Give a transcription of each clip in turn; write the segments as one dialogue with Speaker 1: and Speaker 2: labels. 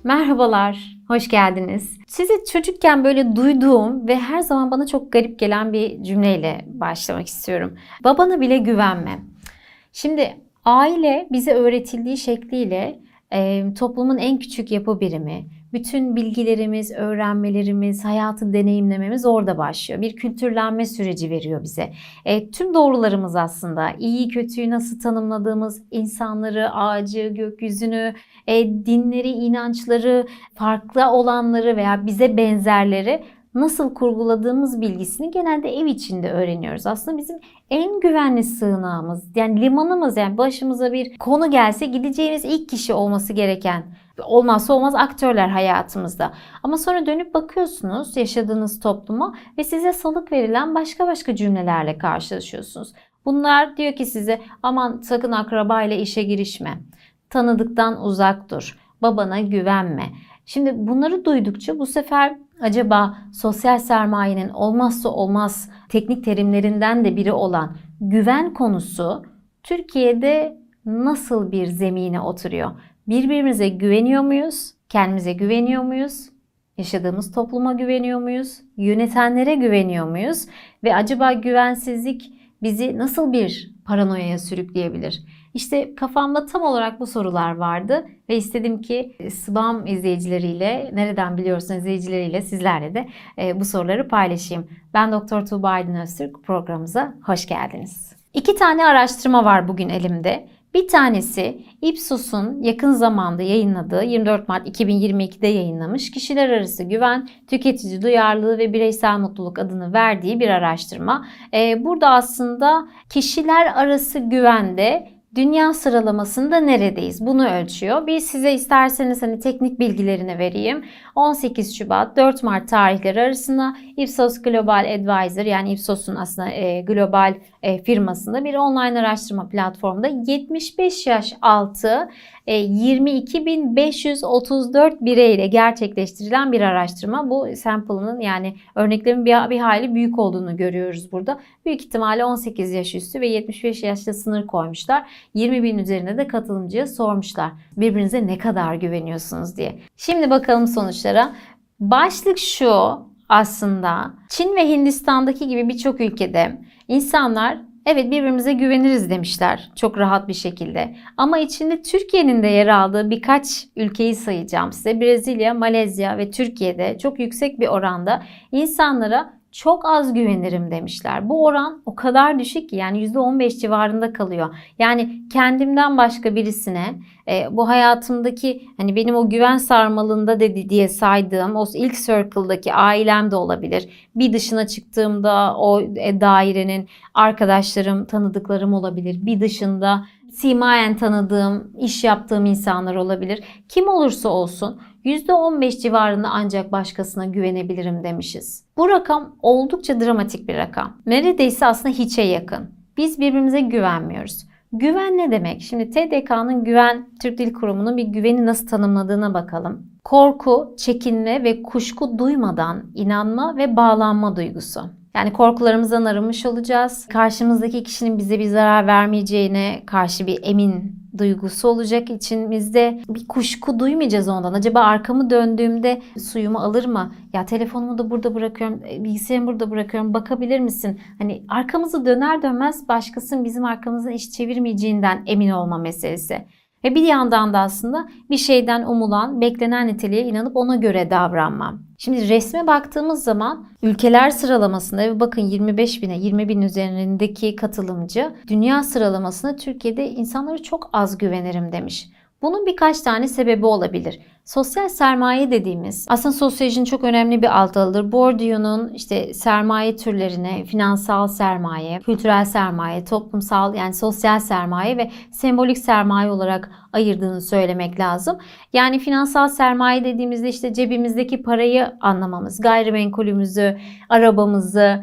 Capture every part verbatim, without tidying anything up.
Speaker 1: Merhabalar, hoş geldiniz. Sizi çocukken böyle duyduğum ve her zaman bana çok garip gelen bir cümleyle başlamak istiyorum. Babana bile güvenme. Şimdi aile bize öğretildiği şekliyle e, toplumun en küçük yapı birimi. Bütün bilgilerimiz, öğrenmelerimiz, hayatı deneyimlememiz orada başlıyor. Bir kültürlenme süreci veriyor bize. E, tüm doğrularımız aslında iyi kötüyü nasıl tanımladığımız, insanları, ağacı, gökyüzünü, e, dinleri, inançları, farklı olanları veya bize benzerleri nasıl kurguladığımız bilgisini genelde ev içinde öğreniyoruz. Aslında bizim en güvenli sığınağımız, yani limanımız, yani başımıza bir konu gelse gideceğimiz ilk kişi olması gereken, olmazsa olmaz aktörler hayatımızda. Ama sonra dönüp bakıyorsunuz yaşadığınız topluma ve size salık verilen başka başka cümlelerle karşılaşıyorsunuz. Bunlar diyor ki size aman sakın akrabayla işe girişme, tanıdıktan uzak dur, babana güvenme. Şimdi bunları duydukça bu sefer acaba sosyal sermayenin olmazsa olmaz teknik terimlerinden de biri olan güven konusu Türkiye'de nasıl bir zemine oturuyor? Birbirimize güveniyor muyuz? Kendimize güveniyor muyuz? Yaşadığımız topluma güveniyor muyuz? Yönetenlere güveniyor muyuz? Ve acaba güvensizlik bizi nasıl bir paranoyaya sürükleyebilir? İşte kafamda tam olarak bu sorular vardı ve istedim ki SBAM izleyicileriyle, nereden biliyorsun izleyicileriyle sizlerle de bu soruları paylaşayım. Ben Doktor Tuğba Aydın Öztürk, programımıza hoş geldiniz. İki tane araştırma var bugün elimde. Bir tanesi Ipsos'un yakın zamanda yayınladığı, yirmi dört Mart iki bin yirmi iki'de yayınlamış Kişiler Arası Güven, Tüketici Duyarlılığı ve Bireysel Mutluluk adını verdiği bir araştırma. Burada aslında kişiler arası güvende dünya sıralamasında neredeyiz? Bunu ölçüyor. Bir size isterseniz hani teknik bilgilerini vereyim. on sekiz Şubat dört Mart tarihleri arasında Ipsos Global Advisor, yani Ipsos'un aslında e, global e, firmasında bir online araştırma platformunda yetmiş beş yaş altı e, yirmi iki bin beş yüz otuz dört bireyle gerçekleştirilen bir araştırma. Bu sample'ın, yani örneklerin bir, bir hayli büyük olduğunu görüyoruz burada. Büyük ihtimalle on sekiz yaş üstü ve yetmiş beş yaşta sınır koymuşlar. yirmi bin üzerinde de katılımcıya sormuşlar. Birbirinize ne kadar güveniyorsunuz diye. Şimdi bakalım sonuçlara. Başlık şu aslında. Çin ve Hindistan'daki gibi birçok ülkede insanlar evet birbirimize güveniriz demişler çok rahat bir şekilde. Ama içinde Türkiye'nin de yer aldığı birkaç ülkeyi sayacağım size. Brezilya, Malezya ve Türkiye'de çok yüksek bir oranda insanlara çok az güvenirim demişler. Bu oran o kadar düşük ki, yani yüzde on beş civarında kalıyor. Yani kendimden başka birisine e, bu hayatımdaki, hani benim o güven sarmalında dedi diye saydığım o ilk circle'daki ailem de olabilir. Bir dışına çıktığımda o e, dairenin arkadaşlarım, tanıdıklarım olabilir. Bir dışında simayen tanıdığım, iş yaptığım insanlar olabilir. Kim olursa olsun yüzde on beş civarında ancak başkasına güvenebilirim demişiz. Bu rakam oldukça dramatik bir rakam. Neredeyse aslında hiçe yakın. Biz birbirimize güvenmiyoruz. Güven ne demek? Şimdi T D K'nın Güven, Türk Dil Kurumu'nun bir güveni nasıl tanımladığına bakalım. Korku, çekinme ve kuşku duymadan inanma ve bağlanma duygusu. Yani korkularımızdan arınmış olacağız. Karşımızdaki kişinin bize bir zarar vermeyeceğine karşı bir emin duygusu olacak içimizde. Bir kuşku duymayacağız ondan. Acaba arkamı döndüğümde suyumu alır mı? Ya telefonumu da burada bırakıyorum, bilgisayarımı burada bırakıyorum. Bakabilir misin? Hani arkamızı döner dönmez başkasının bizim arkamızdan iş çevirmeyeceğinden emin olma meselesi. Ve bir yandan da aslında bir şeyden umulan, beklenen niteliğe inanıp ona göre davranmam. Şimdi resme baktığımız zaman ülkeler sıralamasında ve bakın yirmi beş bine, yirmi bin üzerindeki katılımcı dünya sıralamasında Türkiye'de insanlara çok az güvenirim demiş. Bunun birkaç tane sebebi olabilir. Sosyal sermaye dediğimiz, aslında sosyolojinin çok önemli bir alt dalıdır. Bourdieu'nun işte sermaye türlerine, finansal sermaye, kültürel sermaye, toplumsal, yani sosyal sermaye ve sembolik sermaye olarak ayırdığını söylemek lazım. Yani finansal sermaye dediğimizde işte cebimizdeki parayı anlamamız, gayrimenkulümüzü, arabamızı,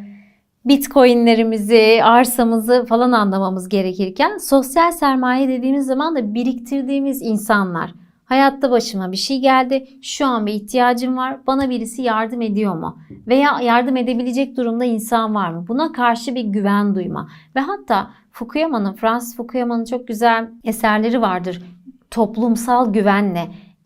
Speaker 1: Bitcoin'lerimizi, arsamızı falan anlamamız gerekirken sosyal sermaye dediğimiz zaman da biriktirdiğimiz insanlar. Hayatta başıma bir şey geldi, şu an bir ihtiyacım var, bana birisi yardım ediyor mu? Veya yardım edebilecek durumda insan var mı? Buna karşı bir güven duyma. Ve hatta Fukuyama'nın, Francis Fukuyama'nın çok güzel eserleri vardır. Toplumsal güvenle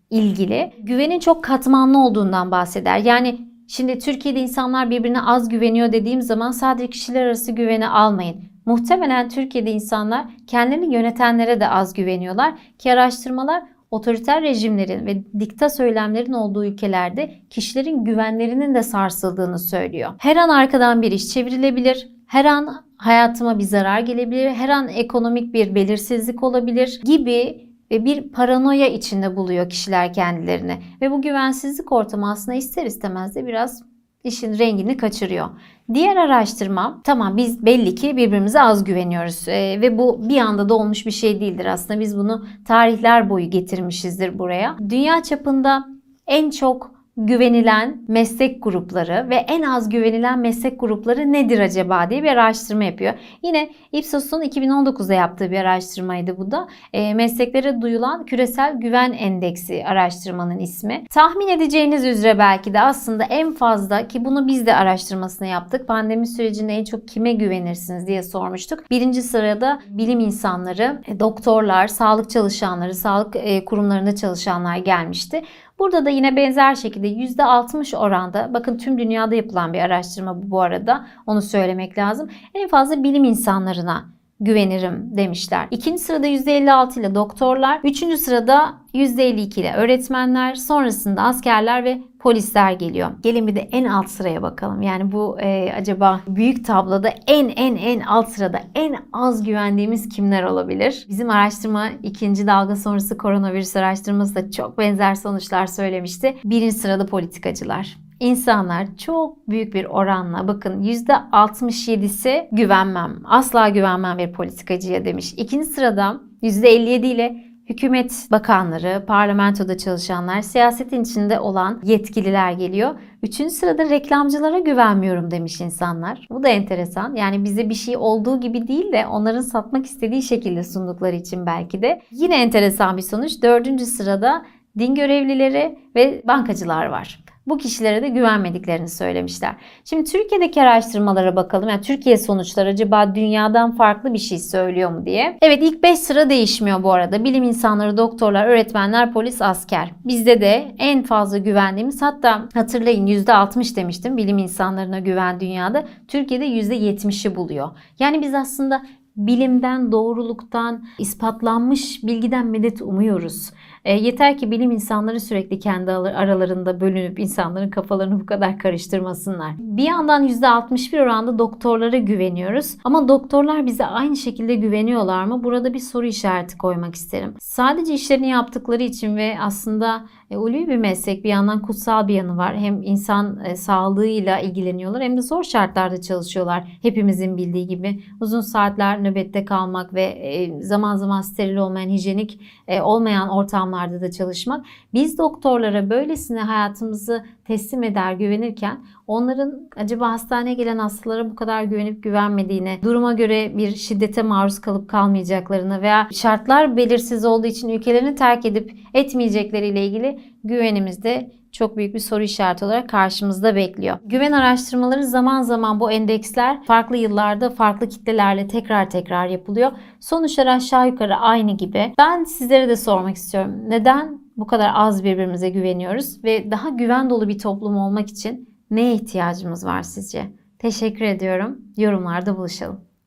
Speaker 1: ilgili güvenin çok katmanlı olduğundan bahseder. Yani şimdi Türkiye'de insanlar birbirine az güveniyor dediğim zaman sadece kişiler arası güveni almayın. Muhtemelen Türkiye'de insanlar kendilerini yönetenlere de az güveniyorlar ki araştırmalar otoriter rejimlerin ve dikta söylemlerin olduğu ülkelerde kişilerin güvenlerinin de sarsıldığını söylüyor. Her an arkadan bir iş çevrilebilir, her an hayatıma bir zarar gelebilir, her an ekonomik bir belirsizlik olabilir gibi ve bir paranoya içinde buluyor kişiler kendilerini. Ve bu güvensizlik ortamı aslında ister istemez de biraz işin rengini kaçırıyor. Diğer araştırma, tamam biz belli ki birbirimize az güveniyoruz ee, ve bu bir anda da olmuş bir şey değildir. Aslında biz bunu tarihler boyu getirmişizdir buraya. Dünya çapında en çok güvenilen meslek grupları ve en az güvenilen meslek grupları nedir acaba diye bir araştırma yapıyor. Yine Ipsos'un iki bin on dokuzda yaptığı bir araştırmaydı bu da. E, mesleklere duyulan küresel güven endeksi araştırmanın ismi. Tahmin edeceğiniz üzere belki de aslında en fazla, ki bunu biz de araştırmasını yaptık. Pandemi sürecinde en çok kime güvenirsiniz diye sormuştuk. Birinci sırada bilim insanları, doktorlar, sağlık çalışanları, sağlık e, kurumlarında çalışanlar gelmişti. Burada da yine benzer şekilde yüzde altmış oranda, bakın tüm dünyada yapılan bir araştırma bu bu arada, onu söylemek lazım. En fazla bilim insanlarına güvenirim demişler. İkinci sırada yüzde elli altı ile doktorlar, üçüncü sırada yüzde elli iki ile öğretmenler, sonrasında askerler ve polisler geliyor. Gelin bir de en alt sıraya bakalım. Yani bu e, acaba büyük tabloda en en en alt sırada en az güvendiğimiz kimler olabilir? Bizim araştırma ikinci dalga sonrası koronavirüs araştırması da çok benzer sonuçlar söylemişti. Birinci sırada politikacılar. İnsanlar çok büyük bir oranla, bakın yüzde altmış yedisi güvenmem, asla güvenmem bir politikacıya demiş. İkinci sırada yüzde elli yedi ile hükümet bakanları, parlamentoda çalışanlar, siyasetin içinde olan yetkililer geliyor. Üçüncü sırada reklamcılara güvenmiyorum demiş insanlar. Bu da enteresan. Yani bize bir şey olduğu gibi değil de onların satmak istediği şekilde sundukları için belki de. Yine enteresan bir sonuç. Dördüncü sırada din görevlileri ve bankacılar var. Bu kişilere de güvenmediklerini söylemişler. Şimdi Türkiye'deki araştırmalara bakalım. Yani Türkiye sonuçları acaba dünyadan farklı bir şey söylüyor mu diye. Evet, ilk beş sıra değişmiyor bu arada. Bilim insanları, doktorlar, öğretmenler, polis, asker. Bizde de en fazla güvendiğimiz, hatta hatırlayın yüzde altmış demiştim bilim insanlarına güven dünyada. Türkiye'de yüzde yetmişi buluyor. Yani biz aslında bilimden, doğruluktan, ispatlanmış bilgiden medet umuyoruz. E, yeter ki bilim insanları sürekli kendi aralarında bölünüp insanların kafalarını bu kadar karıştırmasınlar. Bir yandan yüzde altmış bir oranda doktorlara güveniyoruz. Ama doktorlar bize aynı şekilde güveniyorlar mı? Burada bir soru işareti koymak isterim. Sadece işlerini yaptıkları için ve aslında e, ulvi bir meslek, bir yandan kutsal bir yanı var. Hem insan e, sağlığıyla ilgileniyorlar hem de zor şartlarda çalışıyorlar. Hepimizin bildiği gibi uzun saatler nöbette kalmak ve e, zaman zaman steril olmayan, hijyenik e, olmayan ortamlarda da çalışmak. Biz doktorlara böylesine hayatımızı teslim eder, güvenirken onların acaba hastaneye gelen hastalara bu kadar güvenip güvenmediğine, duruma göre bir şiddete maruz kalıp kalmayacaklarına veya şartlar belirsiz olduğu için ülkelerini terk edip etmeyecekleriyle ilgili güvenimiz de çok büyük bir soru işareti olarak karşımızda bekliyor. Güven araştırmaları zaman zaman, bu endeksler farklı yıllarda farklı kitlelerle tekrar tekrar yapılıyor. Sonuçlar aşağı yukarı aynı gibi. Ben sizlere de sormak istiyorum. Neden bu kadar az birbirimize güveniyoruz ve daha güven dolu bir toplum olmak için neye ihtiyacımız var sizce? Teşekkür ediyorum. Yorumlarda buluşalım.